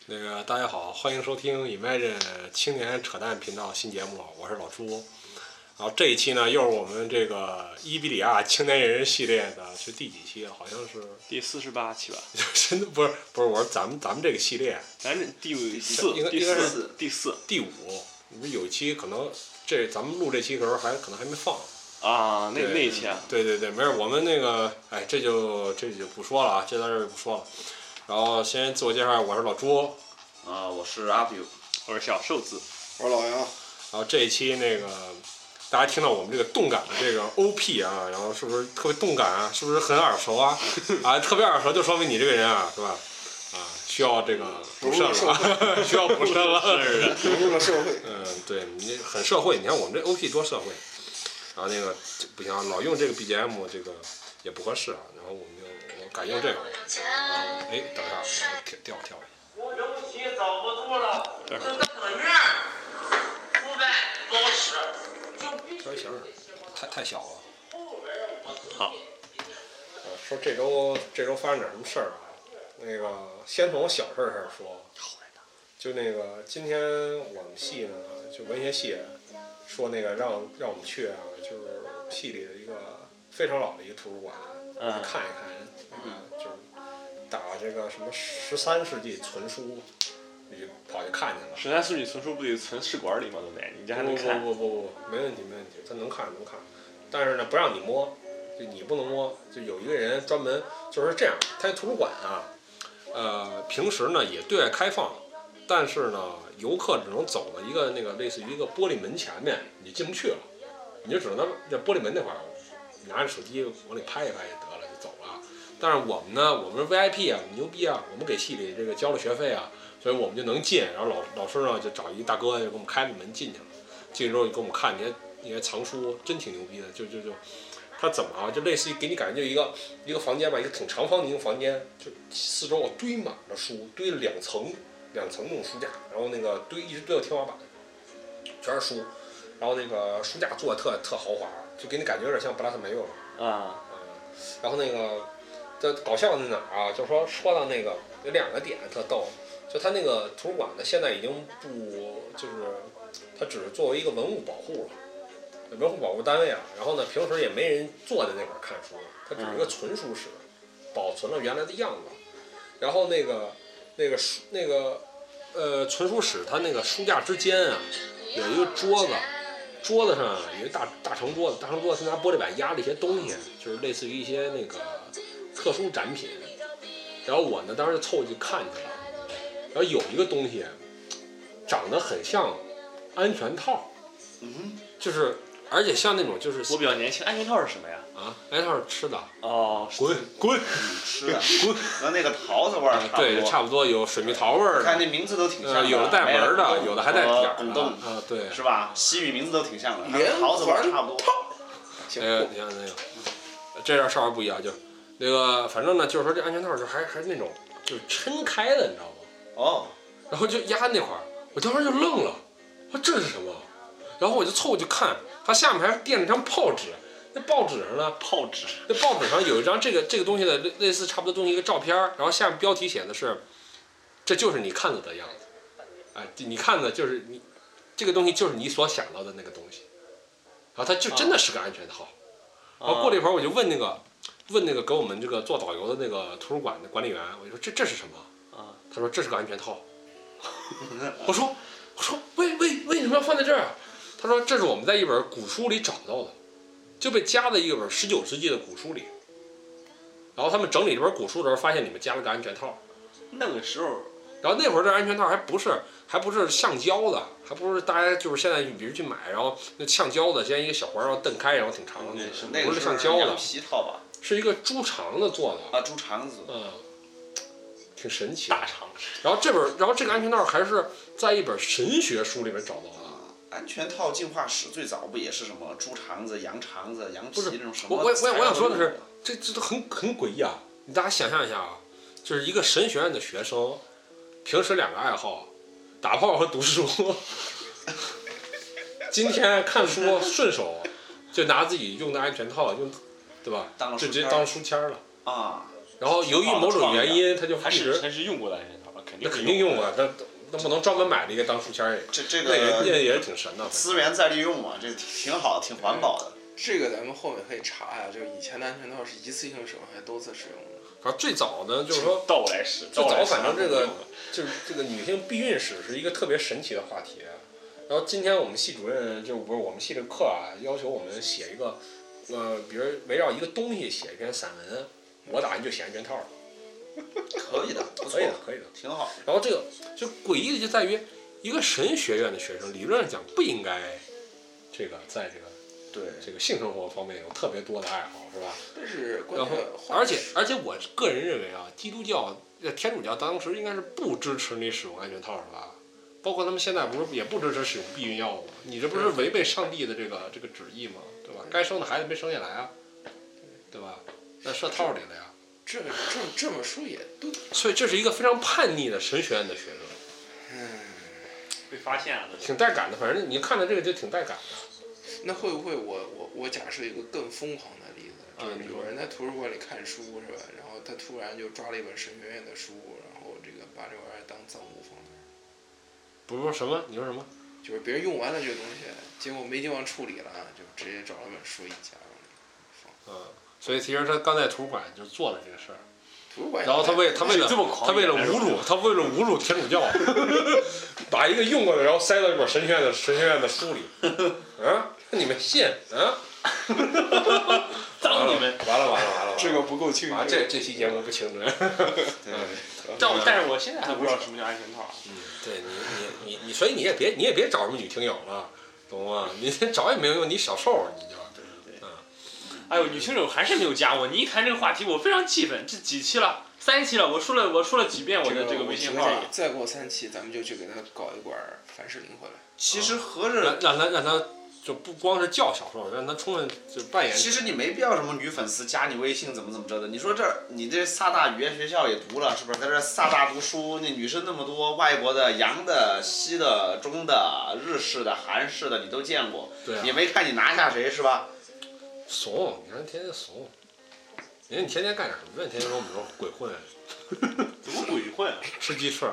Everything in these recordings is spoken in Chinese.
那个大家好，欢迎收听 Imagine 青年扯淡频道新节目，我是老朱。然后这一期呢，又是我们这个伊比利亚青年人系列的，是第几期？好像是第48期吧？ 真的不是，我说咱们这个系列， 咱这第四、 第五。你们有一期可能咱们录这期的时候可能还没放啊，那一期啊。 对，没事，我们那个这就不说了啊，这在这就不说了。然后先自我介绍，我是老朱。 我是阿 Q， 我是小瘦子， 我是老杨。 然后这一期那个大家听到我们这个动感的这个 OP 啊，然后是不是特别动感啊？是不是很耳熟啊？啊，特别耳熟就说明你这个人啊，是吧？啊，需要这个补肾了，需要补肾了， 融入了社会。 对你很社会，你看我们这 OP 多社会。然后那个不行，老用这个 BGM 这个也不合适啊。然后我改用这个。等一下，调一下。 我勇气遭不住了，这个院腐败老实， 稍微小点，太小了。 好。 说这周发生点什么事儿啊？那个先从小事儿开始说。就那个今天我们系呢，就文学系说那个让我们去啊，就是系里的一个非常老的一个图书馆，看一看，就是打这个什么13世纪存书，你就跑去看去了。 13世纪存书不得存试管里吗？对不对？你这还能看？ 不，没问题，他能看。但是呢，不让你摸，就你不能摸，就有一个人专门就是这样。他图书馆啊，平时呢也对外开放，但是呢，游客只能走到一个那个类似于一个玻璃门前面，你进不去了，你就只能在这玻璃门那块儿，拿着手机往里拍一拍就得了，就走了。但是我们呢，我们是 VIP 啊，牛逼啊，我们给系里这个交了学费啊，所以我们就能进。然后老师呢就找一大哥就给我们开了门进去了，进去之后就给我们看那些藏书，真挺牛逼的。就他怎么啊？就类似于给你感觉就一个房间吧，一个挺长方的一个房间，就四周堆满了书，堆了两层那种书架，然后那个一直堆到天花板，全是书，然后那个书架做的特豪华，就给你感觉有点像布拉特梅佑啊。 然后那个这搞笑在哪儿啊？就是说到那个有2个点特逗，就他那个图书馆呢，现在已经不就是它只是作为一个文物保护了。文物保护单位啊，然后呢，平时也没人坐在那块看书，它只是一个存书室，保存了原来的样子。然后那个存书室，它那个书架之间啊，有一个桌子，桌子上有一个大长桌子，是拿玻璃板压了一些东西，就是类似于一些那个特殊展品。然后我呢，当时就凑去看去了，然后有一个东西长得很像安全套，就是。而且像那种就是我比较年轻，安全套是什么呀？ 啊，安全套是吃的。 哦， 滚！ 吃的滚！和那个桃子味儿对，差不多有水蜜桃味儿的。 看那名字都挺像的。 有的带纹的，有的还带点儿的。 啊，对。 是吧？西域名字都挺像的，桃子味儿差不多。 你看那个，这点稍微不一样，就那个，反正呢，就是说这安全套就还是那种就是抻开的，你知道吗？ 哦。 然后就压那块儿，我当时就愣了，说这是什么？然后我就凑过去看，它下面还垫了一张报纸。那报纸上呢？那报纸上有一张这个东西的类似差不多东西一个照片，然后下面标题写的是，这就是你看到的样子。哎，你看的就是你这个东西就是你所想到的那个东西。然后它就真的是个安全套。然后过了一会儿，我就问那个给我们这个做导游的那个图书馆的管理员，我就说这是什么？他说这是个安全套。我说为什么要放在这儿啊？他说这是我们在一本古书里找到的，就被夹在一本19世纪的古书里。然后他们整理这本古书的时候，发现里面加了个安全套。 那个时候， 然后那会儿这安全套还不是橡胶的，还不是大家就是现在比如去买，然后那橡胶的，先一个小环，然后蹬开，然后挺长的，不是橡胶的， 皮套吧？ 是一个猪肠子做的。 啊，猪肠子。 挺神奇。 大肠。 然后这个安全套还是在一本神学书里面找到的。 安全套进化史最早不也是什么猪肠子、羊肠子、羊皮这种什么？ 我想说的是，这都很诡异啊！你大家想象一下啊，就是一个神学院的学生，平时2个爱好，打炮和读书。今天看书顺手就拿自己用的安全套用，对吧？就直接当书签了啊。然后由于某种原因，他就还是用过的安全套，肯那肯定用啊，那不能专门买了一个当书签儿这那个也是挺神的。 资源再利用嘛，这挺好，挺环保的。 这个咱们后面可以查呀，就是以前的安全套是一次性使用还是多次使用的？ 反正最早呢，就是说倒来使， 最早反正就是这个女性避孕史是一个特别神奇的话题。然后今天我们系主任就不是我们系的课啊，要求我们写一个比如围绕一个东西写一篇散文，我打算就写安全套。 可以的，不错， 可以的， 挺好。 然后这个就诡异的就在于，一个神学院的学生理论上讲不应该这个在这个性生活方面有特别多的爱好，是吧？ 但是关然后键， 而且我个人认为啊，基督教、天主教当时应该是不支持你使用安全套，是吧？包括他们现在不是也不支持使用避孕药物吗？你这不是违背上帝的这个旨意吗？对吧？该生的孩子没生下来啊，对吧？那设套里了呀。 这么说也对。 所以这是一个非常叛逆的神学院的学生。 被发现了， 挺带感的，反正你看到这个就挺带感的。 那会不会我假设一个更疯狂的例子，就是有人在图书馆里看书是吧？然后他突然就抓了一本神学院的书，然后这个把这玩意儿当赃物放那儿。 不是说什么？你说什么？ 就是别人用完了这个东西，结果没地方处理了，就直接找了本书一夹往里放。 所以其实他刚在图书馆就做了这个事儿。 图书馆。 然后他为了侮辱天主教，把一个用过的然后塞到一本神学院的书里，啊，你们信啊？ 脏你们！ 完了， 这个不够清楚。 这期节目不清楚。 但是我现在还不知道什么叫安全套。 对你，所以你也别找什么女听友了，懂吗？你找也没有用，你小瘦你就。 哎呦，女听友还是没有加我。你一谈这个话题，我非常气愤。这几期了，3期了，我说了几遍我的这个微信号了。 再过3期，咱们就去给他搞一管凡士林回来。 其实合着让他就不光是叫小瘦，让他充分就扮演。 其实你没必要什么女粉丝加你微信怎么着的。你说你这萨大语言学校也读了，是不是？在这萨大读书，那女生那么多，外国的、洋的、西的、中的、日式的、韩式的，你都见过。 对啊。 也没看你拿下谁是吧？ 怂，你看天天怂。你天天干点什么？你天天跟我们说鬼混。 怎么鬼混啊？ 吃鸡翅啊！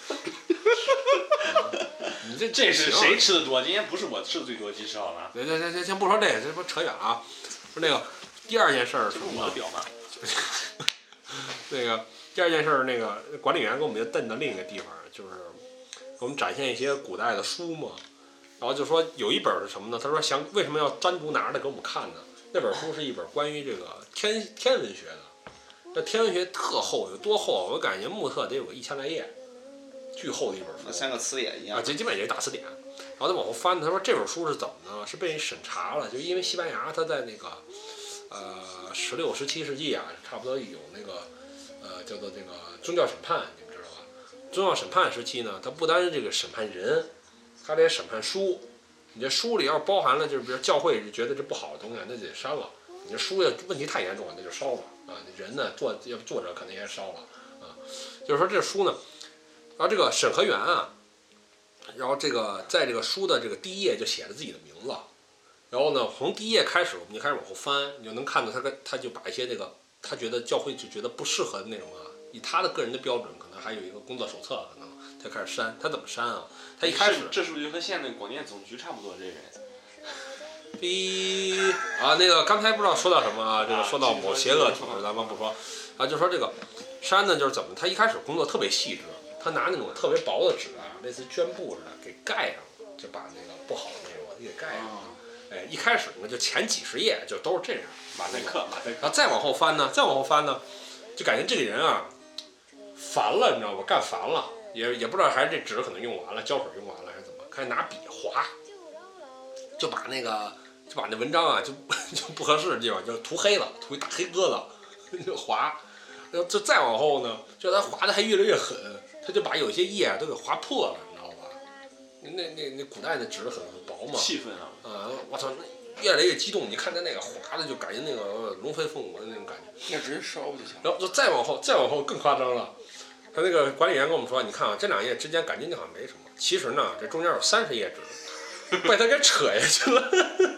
你这是谁吃的多？今天不是我吃的最多鸡翅好吗？ 先不说这个，这不扯远了啊。说那个第二件事儿， 这是我的表吗？ 那个第二件事儿，那个管理员给我们就蹬到另一个地方，就是给我们展现一些古代的书嘛。然后就说有一本是什么呢？他说为什么要单独拿着来给我们看呢？那本书是一本关于这个天文学的。这天文学特厚，有多厚？我感觉目测得有个1000来页，巨厚的一本书， 像个词典一样。 基本也是大词典。然后他往后翻，他说这本书是怎么呢？是被审查了，就因为西班牙他在那个16、17世纪啊，差不多有那个叫做这个宗教审判，你们知道吧？宗教审判时期呢，他不单是这个审判人，他得审判书。你这书里要是包含了，就是比如教会觉得这不好的东西，那就得删了。你这书要问题太严重了，那就烧了啊！人呢，作者肯定也烧了啊。就是说这书呢，然后这个审核员啊，然后这个在这个书的这个第一页就写着自己的名字，然后呢，从第一页开始，我们就开始往后翻，你就能看到他就把一些这个他觉得教会就觉得不适合的内容啊，以他的个人的标准，可能还有一个工作手册，可能他开始删。他怎么删啊？他一开始这是不是就和现在的广电总局差不多？这人。 那个刚才不知道说到什么啊？这个说到某邪恶组织，咱们不说啊，就说这个删呢，就是怎么？他一开始工作特别细致，他拿那种特别薄的纸啊，类似绢布似的给盖上，就把那个不好的内容给盖上。哎，一开始呢就前几十页就都是这样，马赛克，然后再往后翻呢，就感觉这个人啊烦了，你知道吧？干烦了，也不知道还是这纸可能用完了，胶水用完了还是怎么，开始拿笔划，就把那文章啊就不合适的地方就涂黑了，涂一大黑疙瘩就划，然后就再往后呢，就他划的还越来越狠，他就把有些页都给划破了，你知道吧？那古代的纸很薄嘛， 气氛啊， 我操，越来越激动，你看他那个划的就感觉那个龙飞凤舞的那种感觉， 那直接烧就行。 然后就再往后更夸张了，他那个管理员跟我们说，你看啊，这2页之间感觉好像没什么，其实呢，这中间有30页纸。被他给扯下去了，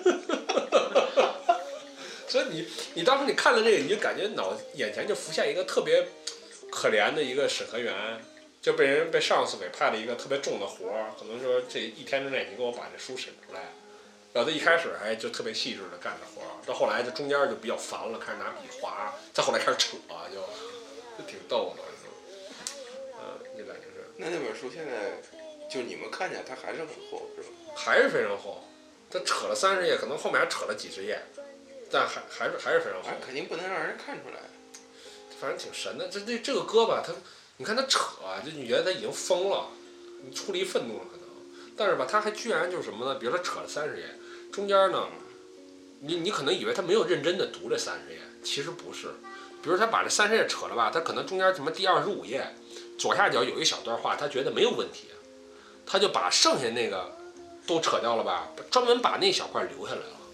所以你当时你看了这个，你就感觉眼前就浮现一个特别可怜的一个审核员， 就被上司给派了一个特别重的活儿，可能说这一天之内你给我把这书审出来。然后他一开始还就特别细致的干这活儿，到后来这中间就比较烦了，开始拿笔划，再后来开始扯，就挺逗的。这感觉是。 那本书现在就你们看见它还是很厚，是吧？ 还是非常厚，他扯了30页，可能后面还扯了几十页，但还是非常厚。 肯定不能让人看出来。 反正挺神的，这个歌吧，你看他扯啊，就你觉得他已经疯了，你出离愤怒了可能，但是吧，他还居然就是什么呢？比如说扯了30页，中间呢，你可能以为他没有认真的读这30页，其实不是。比如他把这30页扯了吧，他可能中间什么第25页，左下角有一小段话，他觉得没有问题，他就把剩下那个都扯掉了吧，专门把那小块留下来了。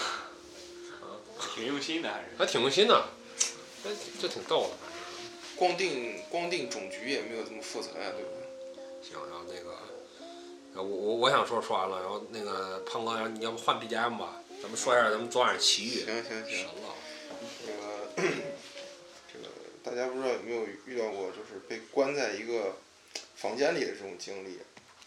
挺用心的， 还挺用心的，就挺逗的。 光定总局也没有这么负责呀，对不对？ 行，然后那个，我想说完了，然后那个胖哥，你要不换 BGM 吧？咱们说一下咱们昨晚上奇遇。 行。 神了。 这个大家不知道有没有遇到过，就是被关在一个房间里的这种经历？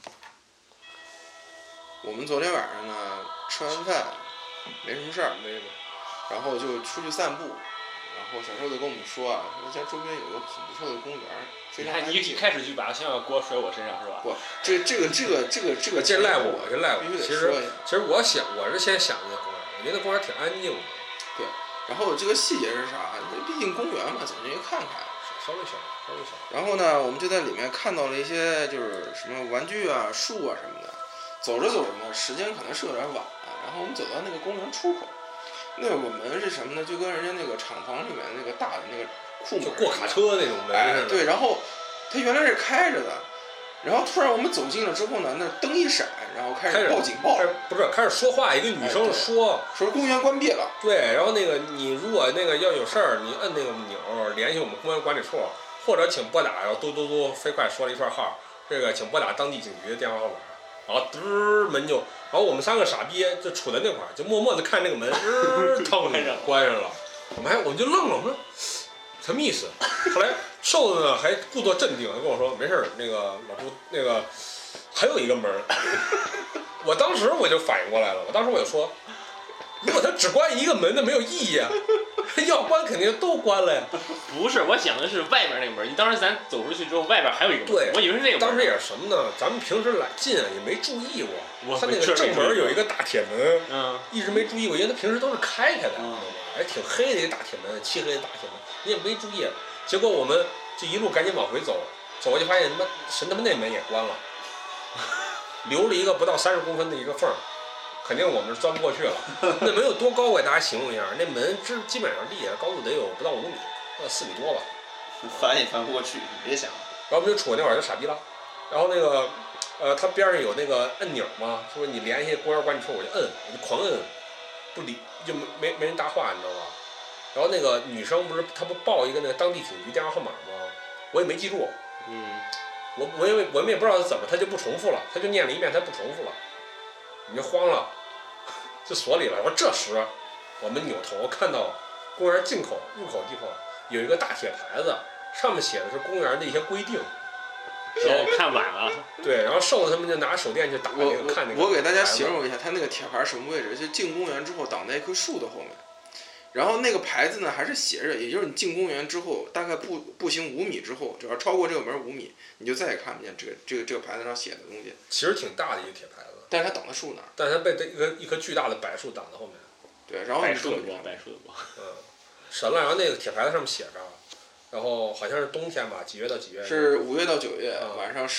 我们昨天晚上呢，吃完饭没什么事儿，然后就出去散步。然后小时候就跟我们说啊，说家周边有个很不错的公园，非常安静。 你一开始就把先把锅甩我身上是吧？ 不，这赖我，这赖我。其实我是先想那公园，我觉得公园挺安静的。 对，然后这个细节是啥？毕竟公园嘛，总得看看。 稍微小。 然后呢，我们就在里面看到了一些就是什么玩具啊、树啊什么的。走着呢，时间可能是有点晚了，然后我们走到那个公园出口。那个门是什么呢？就跟人家那个厂房里面那个大的那个库门， 就过卡车那种门。 哎，对，然后它原来是开着的，然后突然我们走近了之后呢，那灯一闪，然后开始报警报， 不是开始说话，一个女生说公园关闭了。 对，然后那个你如果那个要有事儿，你摁那个钮联系我们公园管理处，或者请拨打，然后嘟飞快说了一串号，这个请拨打当地警局的电话号码。然后门就，然后我们3个傻逼就杵在那块儿，就默默地看那个门，关上了。我们就愣了，我说什么意思？后来瘦子呢还故作镇定，跟我说没事儿，那个老朱那个还有一个门。我当时我就反应过来了，我就说，如果他只关一个门，那没有意义啊，要关肯定都关了呀。 不是，我想的是外边那个门。你当时咱走出去之后，外边还有一个门。 对， 我以为是那个门。 当时也是什么呢？咱们平时来近啊，也没注意过。他那个正门有一个大铁门，一直没注意过，因为他平时都是开的，还挺黑的一个大铁门，漆黑的大铁门，你也没注意。结果我们就一路赶紧往回走过去发现他妈那门也关了，留了一个不到30公分的一个缝儿。肯定我们是钻不过去了。那门有多高？我给大家形容一下，那门基本上立下高度得有不到5米，4米多吧。 翻也翻不过去，你别想。 然后我们就杵那会儿就傻逼了。然后那个它边上有那个按钮嘛，说你联系公园管理处，我就狂摁，不理就没人搭话，你知道吧？然后那个女生她不报一个那个当地警局电话号码吗？我也没记住。我们也不知道她怎么，她就不重复了，她就念了一遍，她不重复了。你就慌了，就锁里了。然后这时，我们扭头看到公园入口地方有一个大铁牌子，上面写的是公园的一些规定。 然后看晚了。 对，然后瘦子他们就拿手电去打那个看那个。 我给大家形容一下，他那个铁牌什么位置？就进公园之后挡在一棵树的后面。然后那个牌子呢还是写着，也就是你进公园之后，大概步行5米之后，只要超过这个门5米，你就再也看不见这个牌子上写的东西。 其实挺大的一个铁牌子。 但是它挡在树那儿， 但是它被一棵巨大的柏树挡在后面。 对，然后柏树的光。 神了！然后那个铁牌子上面写着，然后好像是冬天吧，几月到几月？ 是5月到9月，晚上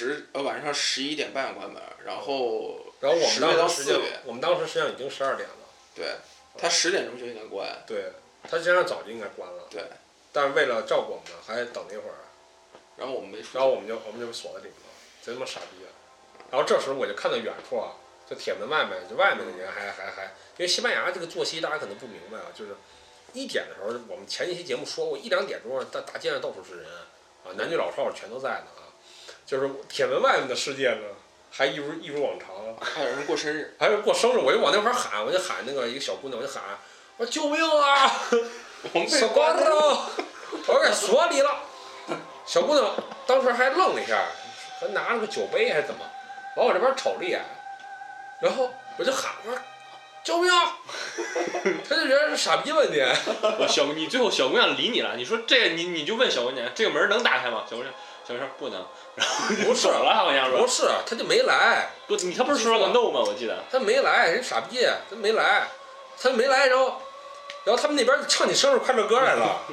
11点半关门，然后我们当时实际上已经12点了。 对，他10点钟就应该关。 对，他实际上早就应该关了。 对， 但是为了照顾我们，还等了一会儿。 然后我们没出。 然后我们就锁在里面了，贼他妈傻逼啊！然后这时候我就看到远处啊，就铁门外面，就外面的人还，因为西班牙这个作息大家可能不明白啊，就是1点的时候，我们前一期节目说过，1、2点钟大街上到处是人啊，男女老少全都在呢啊，就是铁门外面的世界呢，还一如往常， 还有人过生日， 我就往那块喊，我就喊那个一个小姑娘，我就喊，我说救命啊！锁关了，我给锁里了。 小姑娘当时还愣了一下，还拿了个酒杯还是怎么，往我这边瞅了一眼，然后我就喊我说救命！他就觉得是傻逼问题。 你最后小姑娘理你了，你说这个你就问小姑娘这个门能打开吗？小姑娘说不能，然后就走了，好像说不是，他就没来。 不，他不是说了个 no 吗？我记得他没来，人傻逼，他没来，然后他们那边唱起生日快乐歌来了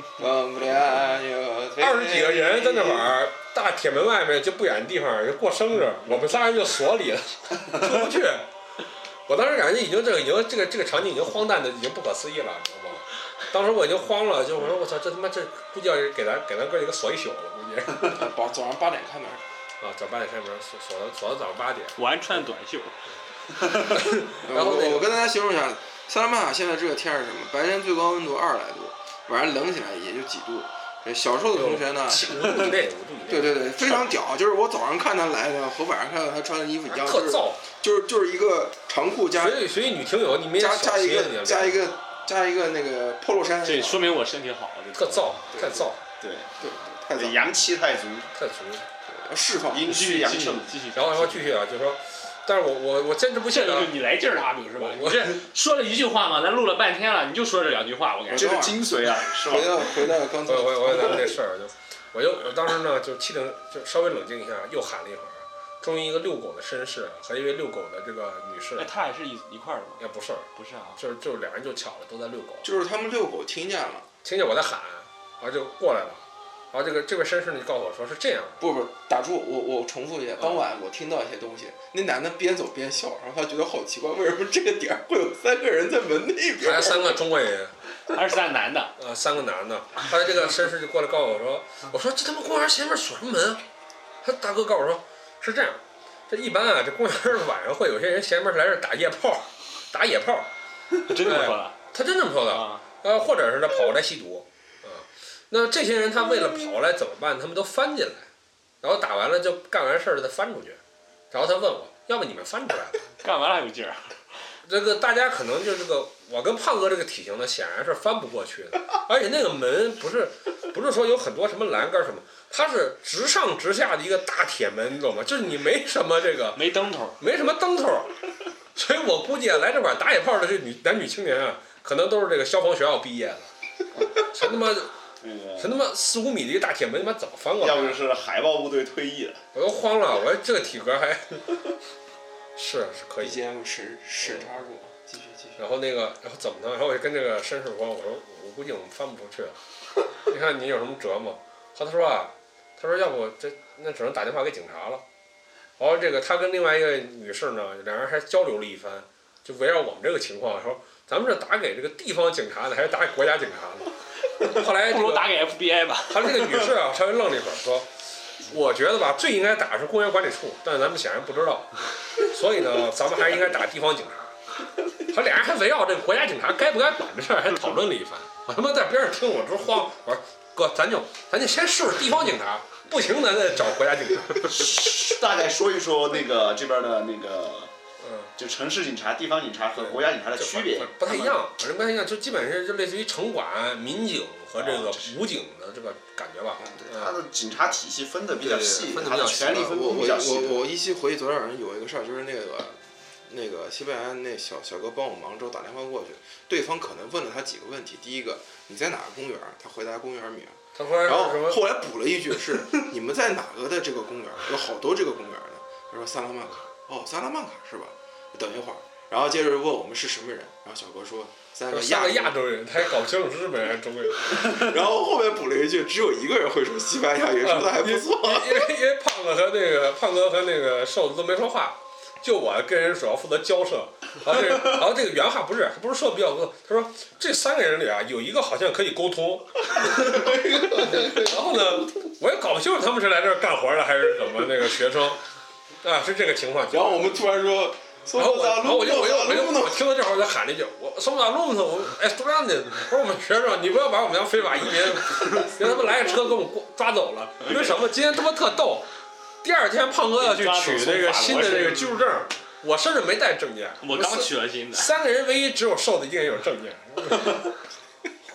，20几个人在那会儿大铁门外面就不远的地方就过生日，我们仨人就锁里了，出不去。我当时感觉这个场景已经荒诞的已经不可思议了，你知道吗？当时我已经慌了，就我说我操，这他妈这估计要给咱哥几个锁一宿了，估计。 早上8点开门。 啊，早8点开门，锁到早上8点。 我还穿短袖。 然后我跟大家形容一下，萨拉曼卡现在这个天是什么？白天最高温度20来度，晚上冷起来也就几度。小时候的同学呢 ，5度以内。 对，非常屌。就是我早上看他来的和晚上看到他穿的衣服一样， 特燥。 就是一个长裤加。 所以女听友你们加一个那个 polo 衫。 这说明我身体好。 特燥，太燥。 对， 太燥。 阳气太足。 释放。 阴虚阳盛。 然后继续啊，就是说。但是我坚持不下来。 就你来劲儿大，是吧？我这说了一句话嘛，咱录了半天了，你就说这2句话，我感觉这是精髓啊，是吧？ 回到刚才， 我咱们这事儿我当时呢就气定，就稍微冷静一下，又喊了一会儿。终于一个遛狗的绅士和一位遛狗的这个女士， 他也是一块儿的吗？ 也不是啊，就是两人就巧了，都在遛狗。 就是他们遛狗听见我在喊，然后就过来了。然后这位绅士呢就告诉我说是这样的， 不打住，我重复一下，当晚我听到一些东西，那男的边走边笑，然后他觉得好奇怪，为什么这个点会有3个人在门那边？ 还有3个中国人， 还是3男的 ？3个男的。后来这个绅士就过来告诉我说这他妈公园前面锁什么门？他大哥告诉我说是这样，这一般啊，这公园晚上会有些人前面来这打野炮， 真这么说的？ 他真这么说的或者是他跑过来吸毒。那这些人他为了跑来怎么办？他们都翻进来，然后打完了就干完事儿了再翻出去，然后他问我，要不你们翻出来了？ 干完了还有劲儿。 这个大家可能就我跟胖哥这个体型呢，显然是翻不过去的，而且那个门不是说有很多什么栏杆什么，它是直上直下的一个大铁门，你懂吗？就是你没什么没灯头， 没什么灯头，所以我估计来这块打野炮的这男女青年啊，可能都是这个消防学校毕业的，全他妈。是他妈4、5米的一个大铁门，他妈怎么翻过来？ 要不就是海豹部队退役了。 我都慌了，我说这个体格还是可以。 BGM 审查过，继续。 然后怎么呢？然后我就跟这个绅士说，我说我估计我们翻不出去了。你看你有什么辙吗？他说要不那只能打电话给警察了。然后他跟另外一个女士呢，两人还交流了一番，就围绕我们这个情况说，咱们是打给这个地方警察呢，还是打给国家警察呢？后来不如打给 FBI 吧。 他这个女士啊，稍微愣了一会儿，说：“我觉得吧，最应该打的是公园管理处，但是咱们显然不知道，所以呢，咱们还是应该打地方警察。”他俩人还围绕这个国家警察该不该管的事儿还讨论了一番。我他妈在边上听，我直慌。我说：“哥，咱就先试试地方警察，不行咱再找国家警察。” 大概说一说这边的就城市警察、地方警察和国家警察的区别不太一样，反正不太一样，就基本是就类似于城管、民警和这个武警的这个感觉吧。 他的警察体系分得比较细，他的权力分工比较细。 我依稀回忆昨天晚上有一个事儿，就是那个西班牙那小哥帮我忙之后打电话过去，对方可能问了他几个问题。第一个，你在哪个公园？他回答公园名。然后后来补了一句是你们在哪个的这个公园？有好多这个公园的。他说萨拉曼卡。哦，萨拉曼卡是吧？等一会儿，然后接着问我们是什么人，然后小哥说3个亚洲人，他还搞不清楚是日本人还是中国人。 然后后面补了一句，只有1个人会说西班牙语，说的还不错。 因为胖哥和那个瘦子都没说话，就我跟人主要负责交涉。然后这个原话不是说的比较多，他说这3个人里啊有1个好像可以沟通。然后呢，我也搞不清楚他们是来这儿干活的还是怎么那个学生。是这个情况。 然后我们突然说， 然后我听到这会儿我就喊了一句，我说不打路子，多让你，我说我们学生，你不要把我们当非法移民，让他们来个车给我们抓走了。因为什么？今天他妈特逗。第2天胖哥要去取这个新的这个居住证，我甚至没带证件。 我刚取了新的。 3个人唯一只有瘦的一个人有证件。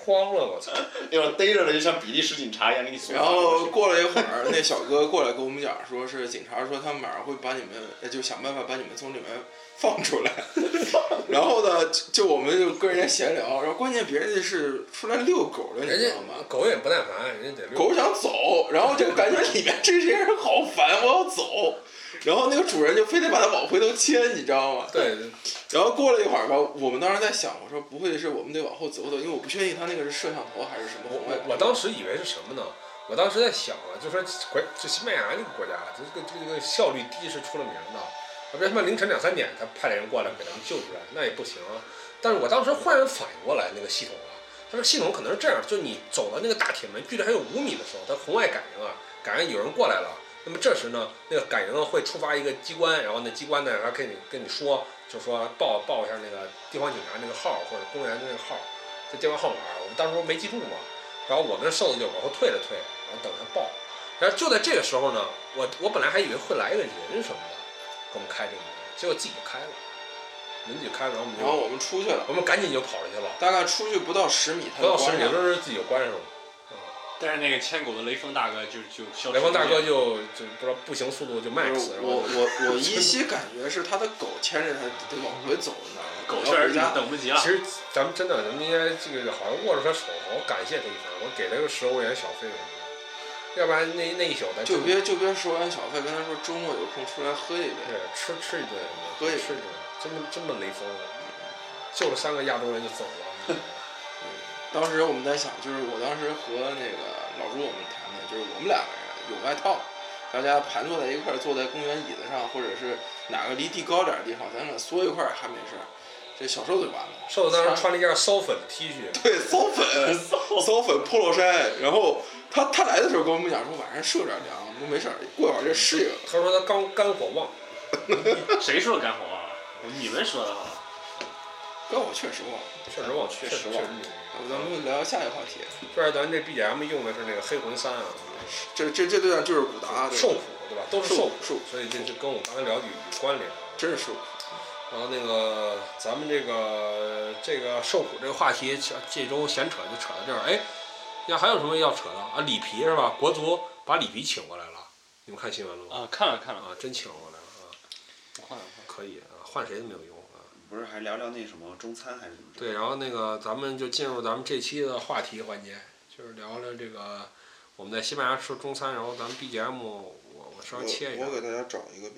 慌了，我操！ 一会儿逮着了就像比利时警察一样给你送。 然后过了一会儿，那小哥过来跟我们讲，说是警察说他们马上会把你们，就想办法把你们从里面放出来。然后呢，就我们就跟人家闲聊，然后关键别人家是出来遛狗的，你知道吗？ 狗也不耐烦，人家得遛。 狗想走，然后就感觉里面这些人好烦，我要走。然后那个主人就非得把它往回头牵，你知道吗？ 对。 然后过了一会儿吧，我们当时在想，我说不会是我们得往后走走，因为我不确定他那个是摄像头还是什么红外。 我当时以为是什么呢？我当时在想啊，就说这西班牙这个国家，这个效率低是出了名的。别他妈凌晨2、3点他派人过来给他们救出来，那也不行啊。但是我当时忽然反应过来那个系统啊，他说系统可能是这样，就你走到那个大铁门距离还有5米的时候，它红外感应啊，感应有人过来了。那么这时呢，那个感应会触发一个机关，然后那机关呢还跟你说，就说报一下那个地方警察那个号或者公园的那个号，这电话号码。我们当时没记住嘛，然后我跟瘦子就往后退了退，然后等他报。然后就在这个时候呢，我本来还以为会来一个人什么的给我们开这个门，结果自己就开了，门自己开了，然后我们出去了， 我们赶紧就跑出去了。 大概出去不到10米， 不到10米就是自己就关上了。 但是那个牵狗的雷锋大哥就消失。 雷锋大哥就不知道步行速度就 max。 我依稀感觉是他的狗牵着他得往回走，你知道吗？ 狗确实等不及了。 其实咱们真的，咱们应该这个好像握着他手，好好感谢他一番。我给了个10欧元小费，要不然那一宿咱就别10欧元小费，跟他说周末有空出来喝一杯， 对，吃一顿， 喝一顿，这么雷锋，救了3个亚洲人就走了。 当时我们在想，就是我当时和那个老朱我们谈的，就是我们2个人有外套，大家盘坐在一块儿，坐在公园椅子上，或者是哪个离地高点的地方，咱俩缩一块儿还没事。这小瘦子完了， 瘦子当时穿了一件骚粉的 T 恤， 对，骚粉 polo 衫，然后他来的时候跟我们讲说晚上受点凉，我说没事儿，过会儿就适应。 他说他刚肝火旺， 谁说肝火旺了？你们说的好。 肝火确实旺， 确实旺。 咱们聊下一个话题。 这儿咱这 BGM 用的是那个黑魂3啊， 这段就是古达受苦对吧？都是受苦， 所以这就跟我刚才聊的有关联。 真是受苦。 然后那个咱们这个受苦这个话题，这周闲扯就扯到这儿。哎，呀还有什么要扯的啊？里皮是吧？国足把里皮请过来了，你们看新闻了吗？ 啊，看了啊， 真请过来了啊！ 换可以啊，换谁都没有用。 不是还聊聊那什么中餐还是怎么着？ 对，然后那个咱们就进入咱们这期的话题环节，就是聊聊这个我们在西班牙吃中餐，然后咱们 BGM 我稍微切一下。 我给大家找一个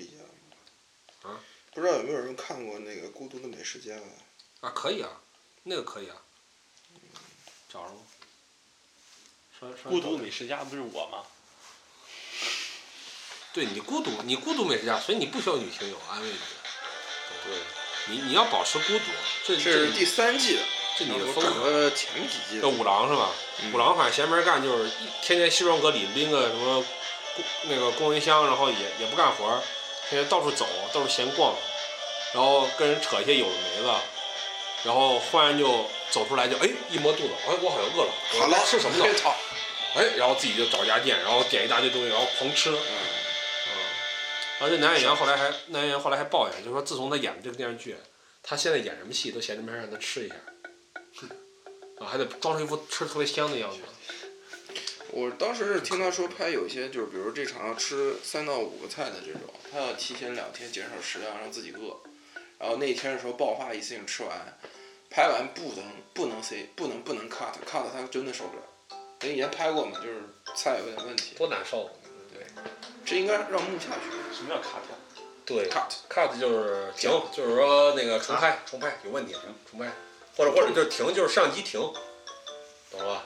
BGM。 啊？ 不知道有没有人看过那个《孤独的美食家》 啊？可以啊，那个可以啊。找着吗？ 孤独美食家不是我吗？ 对你孤独美食家，所以你不需要女听友安慰你。对。你要保持孤独，这是第3季的， 这你的风格。 前面几季。 这五郎是吧？五郎反正闲没干，就是天天西装革履拎个什么那个公文箱，然后也不干活，天天到处走，到处闲逛，然后跟人扯一些有的没的，然后忽然就走出来就一摸肚子，我好像饿了， 好了吃什么呢？然后自己就找家店，然后点一大堆东西，然后狂吃。然后这男演员后来还抱怨，就说自从他演的这个电视剧，他现在演什么戏都嫌着没人让他吃一下，还得装出一副吃特别香的样子。 我当时是听他说拍有一些就是比如这场要吃3到5个菜的这种，他要提前2天减少食量，让自己饿，然后那天的时候爆发一次性吃完，拍完不能 cut 他真的受不了。人以前拍过嘛，就是菜有点问题。 多难受。对， 这应该让木下去。 什么叫 cut？ 对 cut 就是停，就是说那个重拍有问题，重拍，或者就是停，就是相机停，懂了吧？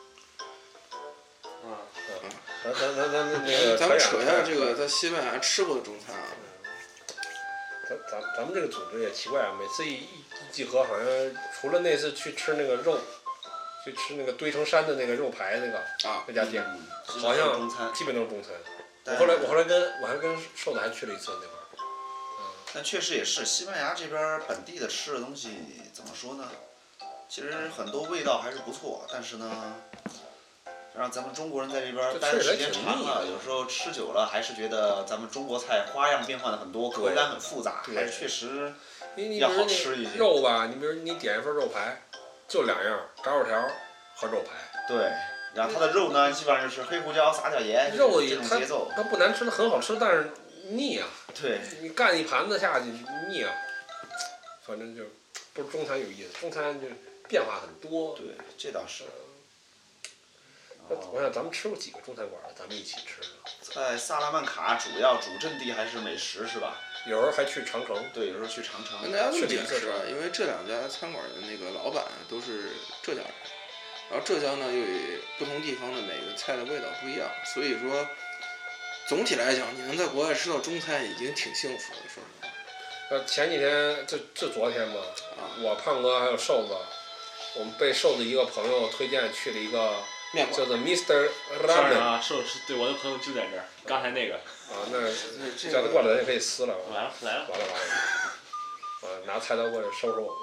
咱们扯一下这个在西班牙吃过的中餐啊。 咱们这个组织也奇怪啊，每次一集合，好像除了那次去吃那个肉，去吃那个堆成山的那个肉排那家店，好像基本都是中餐。我还跟瘦子还去了一次那会儿。 但确实也是西班牙这边本地的吃的东西怎么说呢？其实很多味道还是不错，但是呢，让咱们中国人在这边待的时间长了，有时候吃久了还是觉得咱们中国菜花样变换的很多，口感很复杂，还是确实要好吃一些。 肉吧，你比如你点一份肉排，就2样，炸肉条和肉排。 对，然后它的肉呢，基本上就是黑胡椒撒点盐， 肉这种节奏。 它不难吃，它很好吃，但是腻啊。 对， 你干一盘子下去腻啊。反正就不是中餐有意思，中餐就变化很多。 对，这倒是。 我想咱们吃过几个中餐馆，咱们一起吃的。 在萨拉曼卡主要主阵地还是美食是吧？ 有时候还去长城。 对，有时候去长城。 跟大家这么解释啊，因为这两家餐馆的那个老板都是浙江人，然后浙江呢又有不同地方的每个菜的味道不一样，所以说总体来讲，你能在国外吃到中餐已经挺幸福的，说实话。 前几天就昨天嘛，我胖哥还有瘦子，我们被瘦子一个朋友推荐去了一个面馆叫做 Mr. Ramen 啊，是对，我的朋友就在这儿，刚才那个。 那叫他过来，咱也可以撕了。 完了。 拿菜刀过来收拾我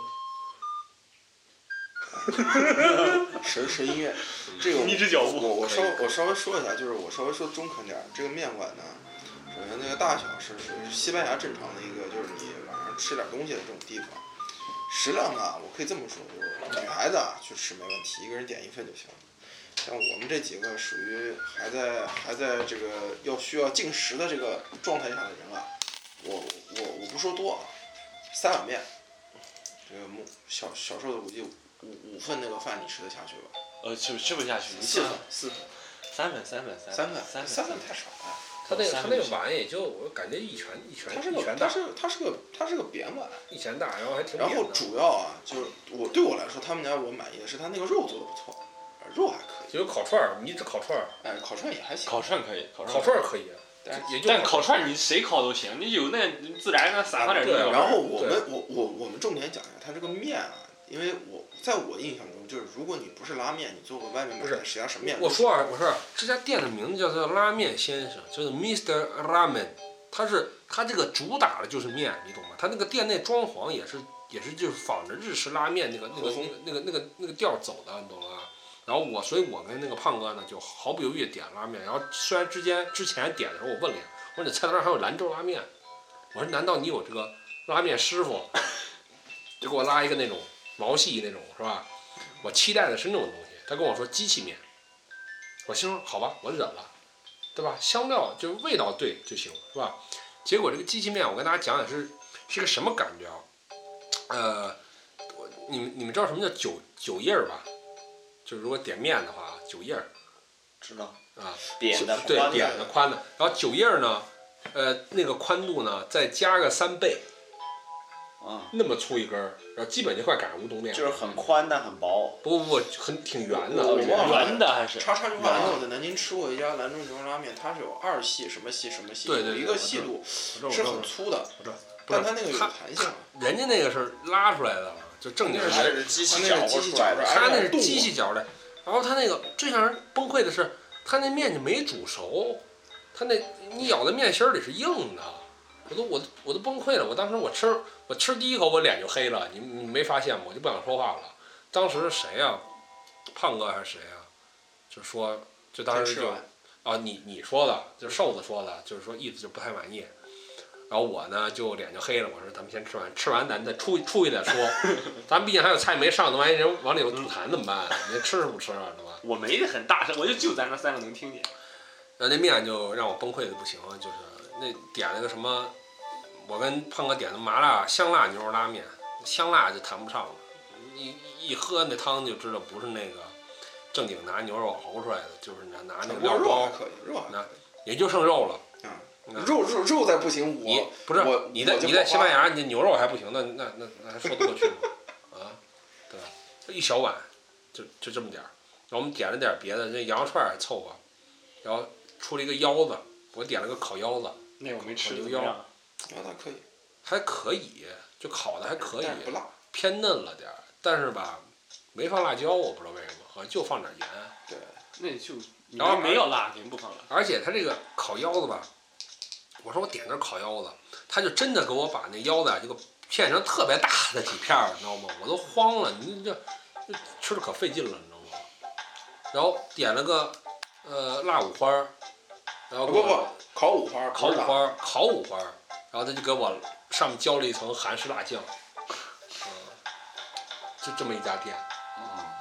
们。神音乐，这个迷之脚步。 我稍微说一下，就是我稍微说中肯点，这个面馆呢，首先那个大小是属于西班牙正常的一个，就是你晚上吃点东西的这种地方。食量呢，我可以这么说，就是女孩子啊去吃没问题，一个人点1份就行。像我们这几个属于还在这个需要进食的这个状态下的人啊，我不说多啊，3碗面，这个小瘦的估计5份那个饭你吃得下去吧？ 吃不下去。 4份 ，3份太少了。 他那个碗也就我感觉一拳大。 它是个扁碗， 一拳大，然后还挺扁的。 然后主要啊，就是对我来说，他们家我满意的是他那个肉做的不错，肉还可以。 就有烤串儿，你只烤串儿。 哎，烤串也还行。 烤串可以， 烤串可以。 但烤串你谁烤都行，你有那自然的撒上点肉。 然后我们重点讲一下它这个面啊，因为在我印象中，就是如果你不是拉面，你做过外面买的其他什么面？ 我说这家店的名字叫做拉面先生，就是 Mr. Ramen， 它这个主打的就是面，你懂吗？它那个店内装潢也是就是仿着日式拉面那个调走的，你懂吗？然后所以我跟那个胖哥呢就毫不犹豫点拉面，然后虽然之前点的时候我问了一下，我说你菜单上还有兰州拉面，我说难道你有这个拉面师傅？就给我拉一个那种毛细那种是吧？我期待的是那种东西，他跟我说机器面，我心说好吧，我忍了，对吧？香料就是味道对就行，是吧？结果这个机器面我跟大家讲讲是个什么感觉啊？你们知道什么叫酒叶吧？就是如果点面的话，酒叶， 知道啊， 扁的对，扁的宽的，然后酒叶呢，那个宽度呢再加个3倍， 啊， 那么粗一根儿，然后基本就快赶上乌冬面， 就是很宽但很薄， 不挺圆的， 圆的还是叉牛丸子，我在南京吃过一家兰州牛肉拉面，它是有2细什么细， 对， 有一个细度是很粗的，但它那个有弹性， 人家那个是拉出来的。就正经是机器搅出来的， 他那是机器搅的，然后他那个最让人崩溃的是，他那面就没煮熟，他那你咬在面心里是硬的，我都崩溃了。我当时我吃第一口我脸就黑了，你没发现吗？我就不想说话了。当时谁呀？胖哥还是谁呀？就当时就啊你说的，就瘦子说的，就是说意思就不太满意。然后我呢就脸就黑了，我说咱们先吃完咱再出去再说，咱们毕竟还有菜没上，万一人往里头吐痰怎么办？你吃是不吃啊？是吧？ 我没很大声，就咱这3个能听见。 然后那面就让我崩溃的不行，就是那点了个什么，我跟胖哥点的麻辣香辣牛肉拉面，香辣就谈不上了，一喝那汤就知道不是那个正经拿牛肉熬出来的，就是拿那个料包，那也就剩肉了。 肉再不行， 你在西班牙，你牛肉还不行，那还说得过去吗？啊，对吧？一小碗，就这么点儿。然后我们点了点别的，那羊肉串还凑合，然后出了一个腰子，我点了个烤腰子。 那我没吃牛腰，还可以，就烤的还可以， 不辣， 偏嫩了点儿，但是吧，没放辣椒，我不知道为什么，好像就放点盐。 对， 那就然后没有辣，您不放辣。 而且他这个烤腰子吧。我说我点的是烤腰子，他就真的给我把那腰子就给片成特别大的几片儿，你知道吗？我都慌了，你这吃的可费劲了，你知道吗？然后点了个辣五花，然后烤五花， 然后他就给我上面浇了一层韩式辣酱，就这么一家店，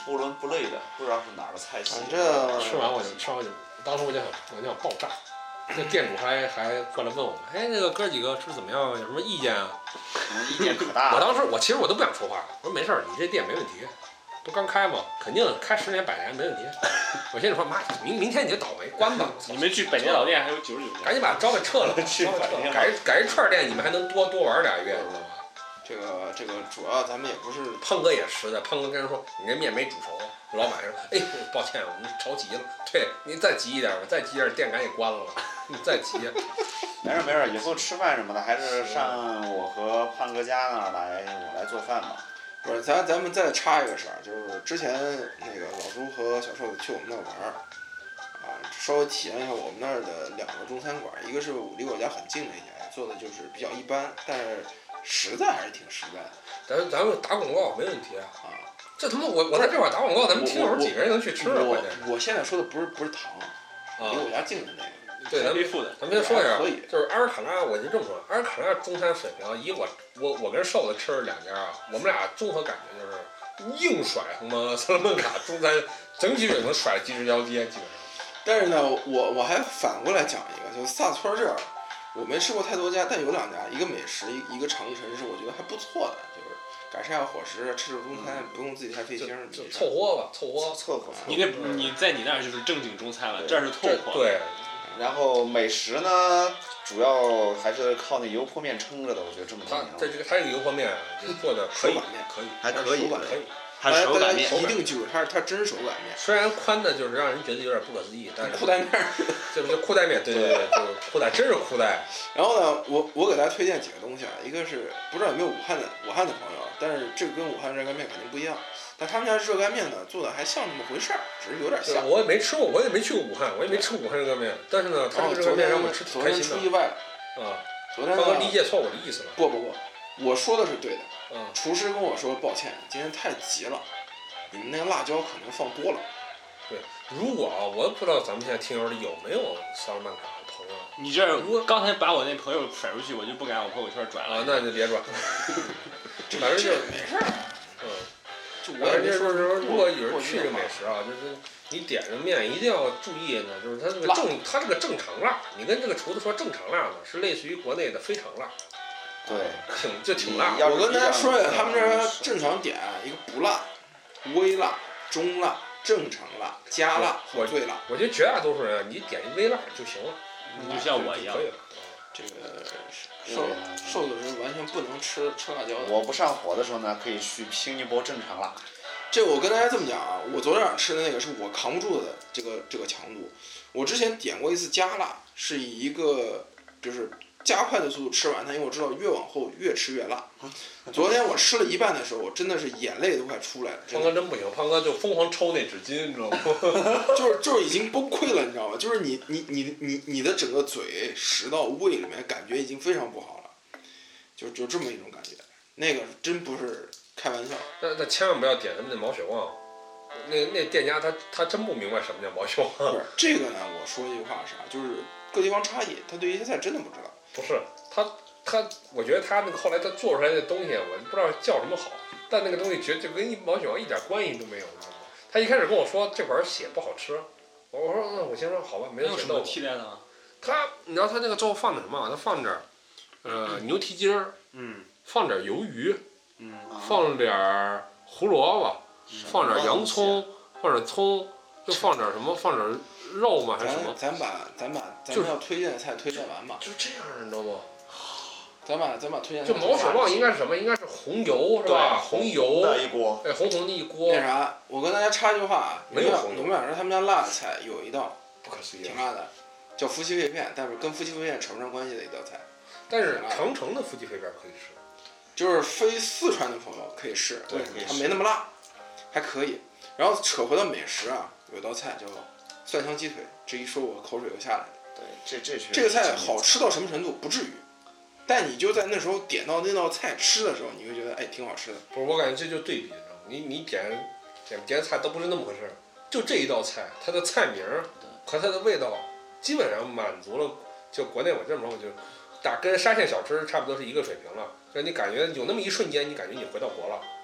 不伦不类的，不知道是哪儿的菜系。 反正吃完我就，当时我就想爆炸。那店主还过来问我们，哎，那个哥几个吃怎么样？有什么意见啊？ 意见可大了。 我当时其实我都不想说话，我说没事儿，你这店没问题，都刚开嘛，肯定开10年100年没问题。我心里说妈，明天你就倒霉，关吧。 你们去百年老店还有99家， 赶紧把招牌撤了，改一串店，你们还能多玩2月，知道吗？ 这个主要咱们也不是胖哥也实在，胖哥跟人说你这面没煮熟，老板说哎抱歉我们着急了，对你再急一点吧，再急一点店赶紧关了，你再急。 没事，以后吃饭什么的还是上我和胖哥家那儿我来做饭吧。 不是，咱们再插一个事儿，就是之前那个老朱和小瘦子去我们那儿玩儿，稍微体验一下我们那儿的2个中餐馆，一个是离我家很近的一家，做的就是比较一般，但是实在还是挺实在的。 咱们打广告没问题啊！这他妈我在这块打广告，咱们听友几个人能去吃啊？ 我现在说的不是糖，离我家近的那个。 对，咱们先说一下，就是阿尔卡拉，我就这么说，阿尔卡拉中餐水平，以我跟瘦子吃了2家啊，我们俩综合感觉就是硬甩他妈萨拉曼卡中餐整体水平甩鸡翅交接，基本上。 但是呢，我还反过来讲一个，就是萨村这儿，我没吃过太多家，但有2家，一个美食，一个长城是我觉得还不错的，就是改善下伙食，吃中餐不用自己太费心， 就凑合吧，凑合。 你在你那儿就是正经中餐了，这儿是凑合。 对。 然后美食呢，主要还是靠那油泼面撑着的，我觉得这么多年了。 它这个油泼面就做的可以， 还可以， 它手擀面一定记住，它真手擀面。 虽然宽的就是让人觉得有点不可思议，但是裤带面， 这不就裤带面？对，就是裤带，真是裤带。 然后呢，我给大家推荐几个东西啊，一个是不知道有没有武汉的朋友，但是这个跟武汉热干面肯定不一样。但他们家热干面呢做的还像那么回事儿，只是有点像。 我也没吃过，我也没去过武汉，我也没吃过武汉热干面。但是呢，他这个热干面让我吃挺开心的。 昨天出意外了啊！ 昨天刚刚理解错我的意思了。 不，我说的是对的。厨师跟我说抱歉，今天太急了，你们那个辣椒可能放多了。 对，如果我不知道咱们现在听友里有没有萨拉曼卡的朋友。 你这刚才把我那朋友甩出去，我就不敢往朋友圈转了。 啊，那就别转。反正就是没事儿。 反正就是说，如果有人去这个美食啊，就是你点这面一定要注意呢，就是它这个正常辣，你跟这个厨子说正常辣呢，是类似于国内的非常辣。 对， 挺辣。 我跟大家说一下，他们这正常点一个不辣、微辣、中辣、正常辣、加辣或最辣。 我觉得绝大多数人你点一微辣就行了， 你就像我一样。 这个瘦子是完全不能吃辣椒的。 我不上火的时候呢，可以去拼一波正常辣。 这我跟大家这么讲啊，我昨天晚上吃的那个是我扛不住的这个强度。我之前点过一次加辣，是以一个就是加快的速度吃完它，因为我知道越往后越吃越辣。昨天我吃了一半的时候，我真的是眼泪都快出来了。 胖哥真不行，胖哥就疯狂抽那纸巾，你知道吗？ 就是已经崩溃了，你知道吗？就是你的整个嘴食到胃里面感觉已经非常不好了，就这么一种感觉。那个真不是开玩笑。 那千万不要点他们那毛血旺，那店家他真不明白什么叫毛血旺。 不是这个呢，我说一句话是啥，就是各地方差异，他对一些菜真的不知道。 不是他，我觉得他那个后来他做出来的东西，我不知道叫什么好，但那个东西就跟毛血旺一点关系都没有，你知道吗？他一开始跟我说这款血不好吃，我说我心说好吧，没有血豆腐。 替代的？ 你知道他那个最后放的什么？他放点牛蹄筋儿，放点鱿鱼，放点胡萝卜，放点洋葱，放点葱，就放点什么？放点肉吗？还是什么？ 咱们要推荐的菜推荐完吧。 就这样，你知道吗？ 咱把推荐。 就毛血旺应该是什么？应该是红油是吧？红油的一锅。 哎，红的一锅。 那啥，我跟大家插一句话啊， 没有红油。 你们俩说他们家辣的菜有一道不可思议， 挺辣的，叫夫妻肺片，但是跟夫妻肺片扯不上关系的一道菜。 但是长城的夫妻肺片可以吃。 就是非四川的朋友可以试， 对， 它没那么辣，还可以。然后扯回到美食啊，有一道菜叫蒜香鸡腿，这一说我口水又下来了。 对， 这个菜好吃到什么程度不至于，但你就在那时候点到那道菜吃的时候，你会觉得哎挺好吃的。 不是，我感觉这就对比，你知道吗？你点菜都不是那么回事儿，就这一道菜，它的菜名和它的味道基本上满足了，就国内我这么说，我就跟沙县小吃差不多是一个水平了。所以你感觉有那么一瞬间，你感觉你回到国了。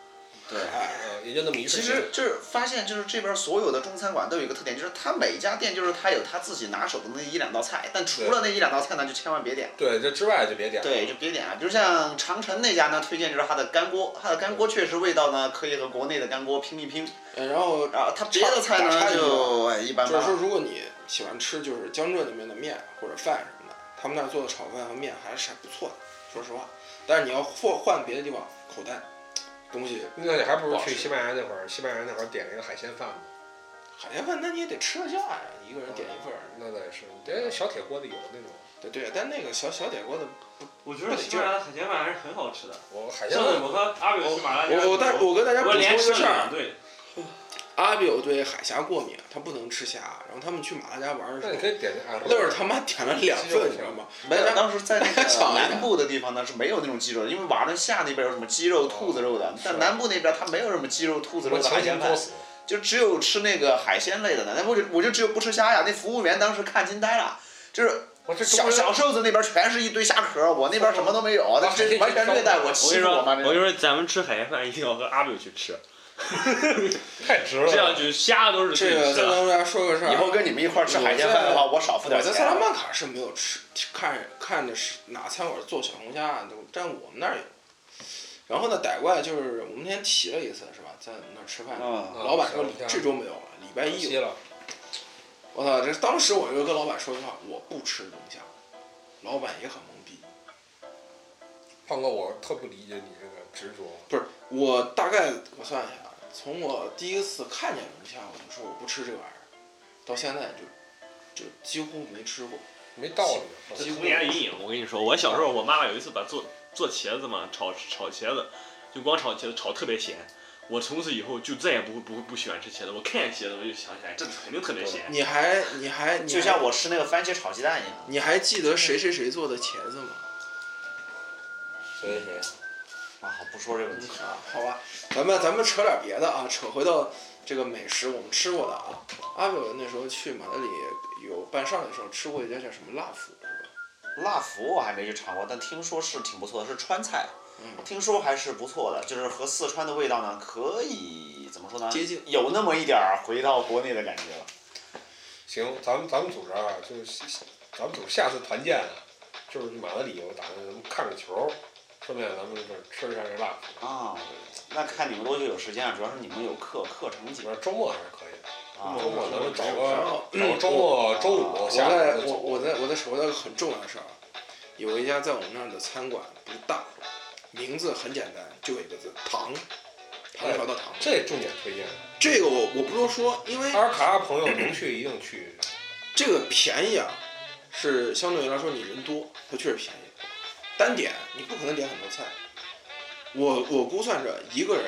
对， 也就那么一其事情。 实就是发现，就是这边所有的中餐馆都有一个特点，就是它每家店就是它有它自己拿手的那一两道菜，但除了那一两道菜呢，就千万别点。 对，这之外就别点。 对，就别点啊。比如像长城那家呢，推荐就是它的干锅，它的干锅确实味道呢可以和国内的干锅拼一拼。 然后它别的菜呢就一般般。 就是说，如果你喜欢吃就是江浙那边的面或者饭什么的，他们那儿做的炒饭和面还是不错的，说实话。但是你要换别的地方，口袋东西， 那你还不如去西班牙那会儿，西班牙那会儿点了一个海鲜饭嘛。 海鲜饭那你也得吃得下呀，一个人点一份儿。 那倒也是，得小铁锅的有那种。 对，但那个小铁锅的我觉得西班牙的海鲜饭还是很好吃的。 我海鲜饭， 我和阿伟去马拉加， 我跟大家补充一个事儿， 对。 阿比有对海虾过敏，他不能吃虾。然后他们去马拉加玩的时候， 你可以点乐儿他妈点了2份，你知道吗？ 没有，当时在那个南部的地方呢是没有那种鸡肉的，因为瓦伦西亚那边有什么鸡肉、兔子肉的，但南部那边它没有什么鸡肉、兔子肉的海鲜饭，就只有吃那个海鲜类的呢。那我就只有不吃虾呀。那服务员当时看惊呆了，就是小瘦子那边全是一堆虾壳，我那边什么都没有，那这完全虐待我，欺负我妈。 我跟你说，咱们吃海鲜饭一定要和阿比去吃。 太值了， 这样就虾都是这个再跟大家说个事儿， 以后跟你们一块儿吃海鲜饭的话，我少付点钱。 我在萨拉曼卡是没有吃，看的是哪餐馆做小龙虾，但我们那儿有。然后呢，傣怪就是我们那天提了一次是吧，在我们那儿吃饭，老板说这周没有了，礼拜一有。我操！这当时我就跟老板说句话，我不吃龙虾，老板也很懵逼。 胖哥，我特不理解你这个执着。 不是，我大概我算一下。从我第一次看见龙虾，我就说我不吃这玩意儿，到现在就几乎没吃过， 没道理。 这童年阴影，我跟你说，我小时候我妈妈有一次把做茄子嘛，炒茄子，就光炒茄子炒特别咸。我从此以后就再也不喜欢吃茄子，我看见茄子我就想起来，这肯定特别咸。 你还就像我吃那个番茄炒鸡蛋一样。 你还记得谁做的茄子吗？ 谁？啊，不说这个问题啊，好吧，咱们扯点别的啊，扯回到这个美食，我们吃过的啊。阿伟那时候去马德里有办事儿的时候吃过一家叫什么辣福，是吧？ 辣福我还没去尝过，但听说是挺不错的，是川菜。听说还是不错的，就是和四川的味道呢，可以怎么说呢？ 接近， 有那么一点回到国内的感觉了。 行，咱们组织啊，就是咱们组织下次团建啊，就是去马德里，我打算咱们看个球。顺便咱们这吃一下这辣福啊，那看你们多久有时间啊？主要是你们有课程紧， 周末还是可以的。 啊， 周末咱们找个周末周五下午。 我再说一个很重要的事儿啊，有一家在我们那儿的餐馆不大，名字很简单，就一个字唐朝的唐。 这重点推荐。 这个我不多说，因为阿尔卡朋友能去一定去。 这个便宜啊，是相对来说你人多，它确实便宜。单点你不可能点很多菜，我估算着一个人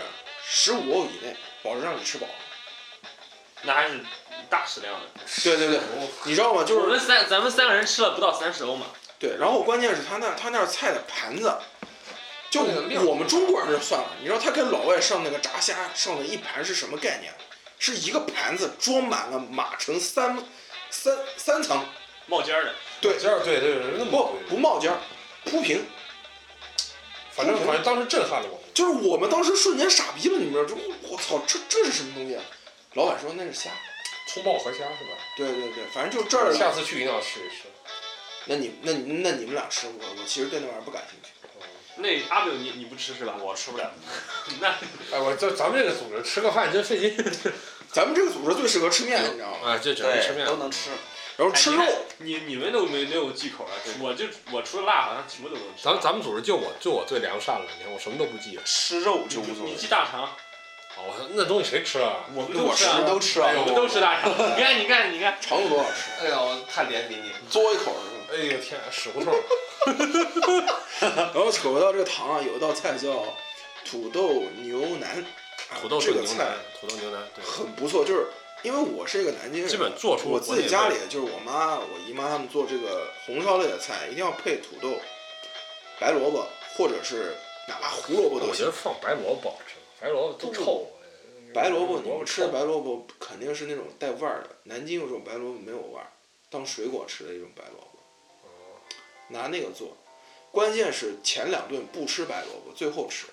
15欧以内，保证让你吃饱。 那还是大食量的。 对，你知道吗？就是咱们3个人吃了不到30欧嘛。 对，然后关键是他那菜的盘子，就我们中国人就算了，你知道他跟老外上那个炸虾上的一盘是什么概念？是一个盘子装满了码成三层冒尖的。 对， 对， 不冒尖。铺平， 反正当时震撼了我们， 就是我们当时瞬间傻逼了，你们知道？我操，这是什么东西啊？老板说那是虾， 葱爆河虾是吧？ 对，反正就这儿。 下次去一定要试一试。 那你们俩吃，我其实对那玩意儿不感兴趣。 那阿炳你不吃是吧？ 我吃不了。 那咱们这个组织吃个饭真费劲。 咱们这个组织最适合吃面，你知道吗？ 啊，就只能吃面， 都能吃。 然后吃肉， 你们都没有忌口啊？我除了辣好像什么都能吃。 咱们组织就我最良善了，你看我什么都不忌。 吃肉就无所谓。 你忌大肠。 哦，那东西谁吃啊？ 我们都吃啊， 都吃啊， 我们都吃大肠。你看， 肠子多好吃。 哎呦，太怜悯你， 嘬一口是吧？ 哎呦天，屎胡同。 然后扯回到这个糖啊，有一道菜叫土豆牛腩。 土豆这个菜， 土豆牛腩，对， 很不错，就是因为我是一个南京人， 基本做出我自己家里就是我妈、我姨妈他们做这个红烧类的菜，一定要配土豆、白萝卜，或者是哪怕胡萝卜都行。 我觉得放白萝卜不好吃，白萝卜都臭。 白萝卜，你们吃的白萝卜肯定是那种带味儿的，南京有种白萝卜没有味儿，当水果吃的一种白萝卜。拿那个做，关键是前2顿不吃白萝卜，最后吃。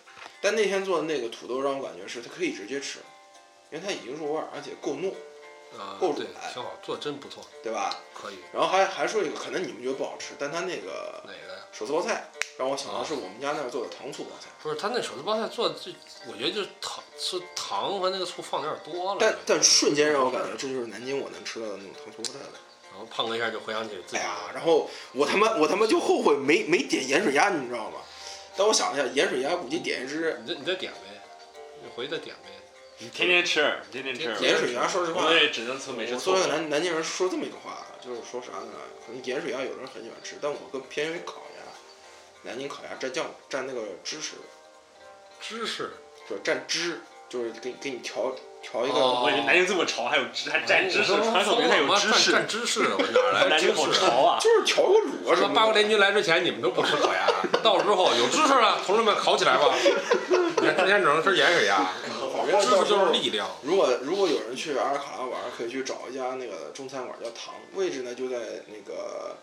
但那天做的那个土豆让我感觉是它可以直接吃，因为它已经入味儿，而且够糯，够软， 对，挺好，做的真不错， 对吧？ 可以。 然后还说一个，可能你们觉得不好吃，但它那个哪个呀？ 手撕包菜让我想到是我们家那儿做的糖醋包菜。 不是，他那手撕包菜做的我觉得就是糖和那个醋放的有点多了。 但瞬间让我感觉这就是南京我能吃到的那种糖醋包菜了。 然后胖哥一下就回想起自己。 哎呀，然后我他妈就后悔没点盐水鸭，你知道吗？但我想了一下，盐水鸭估计点一只。 你再点呗，你回去再点呗。 你天天吃。 盐水鸭，说实话， 我也只能从美食。 我作为一个南京人说这么一个话，就是说啥呢？可能盐水鸭有的人很喜欢吃，但我更偏于烤鸭。南京烤鸭蘸那个芝士。 芝士。 就是蘸汁，就是给你调一个。 我以为南京这么潮，还有还蘸芝士，传统名还有芝士。 蘸芝士，我哪来南京好潮啊！ 就是调个卤啊什么。 八国联军来之前，你们都不吃烤鸭，到了之后有芝士了，同志们烤起来吧！你看之前只能吃盐水鸭，芝士就是力量。 如果有人去阿尔卡拉玩，可以去找一家那个中餐馆叫唐，位置呢就在那个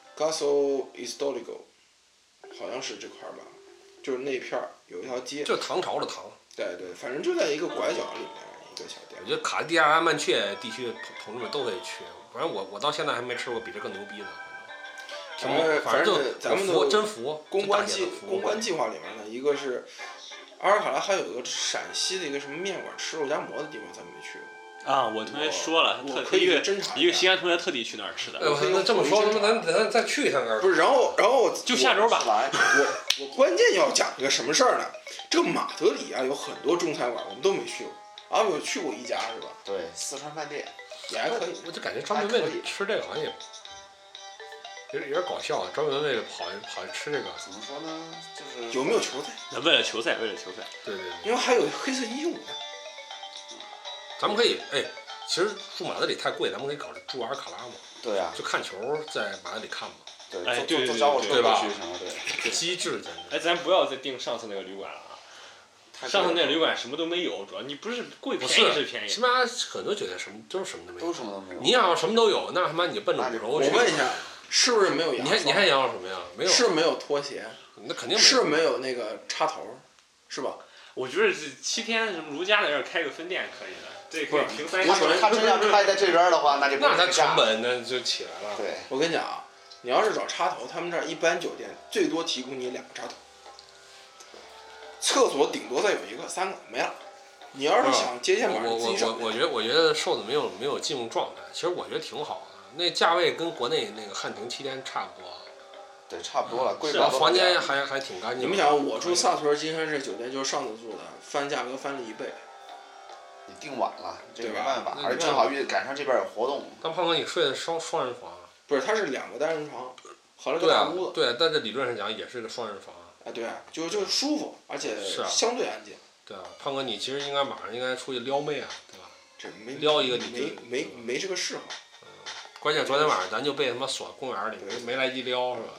Gaso Histórico， 好像是这块吧，就是那片儿有一条街。 就唐朝的唐。 对，反正就在一个拐角里面一个小店。 我觉得卡地亚拉曼切地区的同志们都可以去，反正我到现在还没吃过比这更牛逼的。反正就咱们的真服。 公关计划里面呢，一个是阿尔卡拉，还有一个陕西的一个什么面馆吃肉夹馍的地方，咱们没去过。 啊，我同学说了， 一个西安同学特地去那儿吃的。 那这么说，咱再去一趟那儿。 不是，然后就下周吧。 我关键要讲一个什么事儿呢？这个马德里啊，有很多中餐馆，我们都没去过。啊，我去过一家是吧？ 对，四川饭店也还可以。 我就感觉专门为了吃这个好像也有点搞笑，专门为了跑去吃这个。 怎么说呢？就是有没有球赛？ 为了球赛。 对。 因为还有黑色英雄呢。 咱们可以其实住马德里太贵，咱们可以考虑住阿尔卡拉嘛。 对啊。 就看球在马德里看嘛。 对，坐小火车过去行了， 对。机智简直。 咱不要再订上次那个旅馆了啊！上次那个旅馆什么都没有，主要你不是贵便宜是便宜。 起码很多酒店什么都什么都没有。 都什么都没有。 你要什么都有，那他妈你奔着5楼去。 我问一下，是不是没有洋装？你还想要什么呀？没有。 是没有拖鞋？ 那肯定没有。 是没有那个插头，是吧？ 我觉得这7天什么如家在这儿开个分店可以的。这可以平3 天。他真要开在这边的话，那就那成本那就起来了。 对， 我跟你讲啊，你要是找插头，他们这儿一般酒店最多提供你2个插头，厕所顶多再有1个，3个没了。你要是想接线板自己找。 我觉得瘦子没有进入状态，其实我觉得挺好的，那价位跟国内那个汉庭7天差不多。 对，差不多了，贵不了。房间还挺干净。 你们想，我住萨屯金山这酒店，就是上次住的，翻价格翻了1倍。 你订晚了，这没办法，而且正好赶上这边有活动。 但胖哥，你睡的双人房？ 不是，它是2个单人床，合了个大屋子。 对，但这理论上讲也是个双人房。 对，就舒服，而且相对安静。 对啊，胖哥，你其实应该马上应该出去撩妹啊，对吧？ 这没撩一个你没这个嗜好。 关键昨天晚上咱就被他妈锁公园里，没来及撩是吧？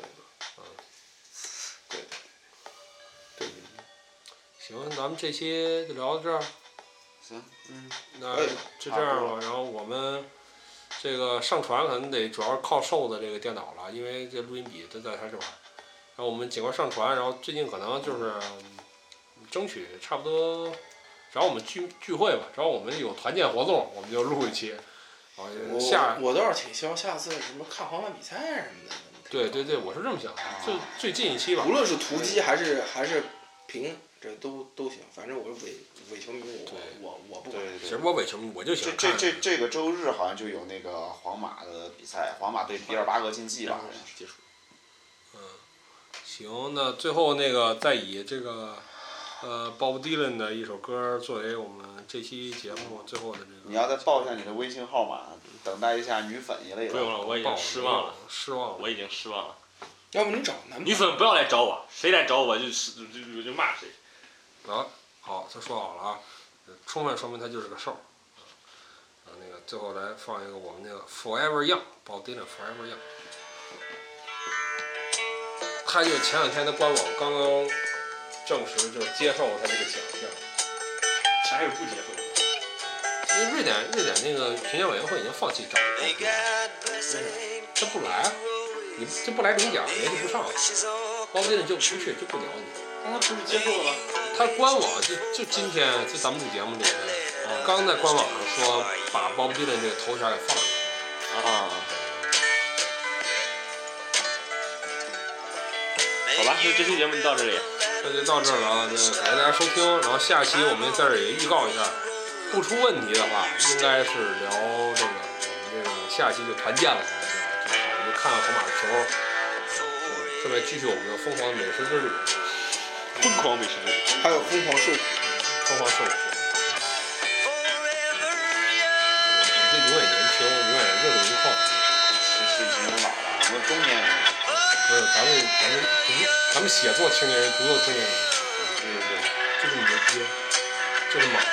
对。 行，咱们这期就聊到这儿。 行， 那就这样吧。然后我们这个上传可能得主要是靠瘦的这个电脑了，因为这录音笔都在他这玩。然后我们尽快上传，然后最近可能就是争取差不多，只要我们聚会吧，只要我们有团建活动，我们就录一期。 我倒是挺希望下次什么看皇马比赛什么的。 对，我是这么想的，就最近一期吧。 无论是突击还是平，这都行，反正我是伪球迷，我不管。 对。 其实我伪球迷，我就喜欢看。 这个周日好像就有那个皇马的比赛，皇马对毕尔巴鄂竞技吧，好像是结束。 行，那最后那个再以这个Bob Dylan 的一首歌作为我们这期节目最后的这个。 你要再报一下你的微信号码，等待一下女粉一类的。 不用了，我已经失望了， 我已经失望了。 要不你找男朋友？ 女粉不要来找我，谁来找我就骂谁。 好，他说好了啊，充分说明他就是个兽。那个最后来放一个我们那个 Forever Young，Bob Dylan Forever Young。他就前2天的官网刚刚证实，就是接受他这个奖项。 啥也不接受的。 因为瑞典那个评选委员会已经放弃找你，他不来，你这不来领奖联系不上，Bob Dylan就不去就不鸟你。 那他不是接受了吗？ 他官网就今天就咱们录节目这个，刚在官网上说把鲍勃迪伦这个头衔给放上去啊。好吧，那这期节目就到这里。 那就到这儿了啊！那感谢大家收听，然后下期我们在这儿也预告一下，不出问题的话，应该是聊这个我们这个下期就团建了，就好，我们看看皇马球，顺便继续我们的疯狂的美食之旅， 疯狂美食之旅， 还有疯狂受苦， 疯狂受苦。我们这永远年轻，永远热泪盈眶。 其实已经老了，我们中年人。 不是，咱们写作青年人，读作青年人。对，就是牛逼，就是莽。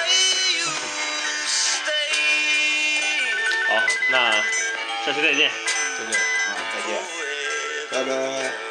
好，那下期再见。 再见。 再见。 拜拜。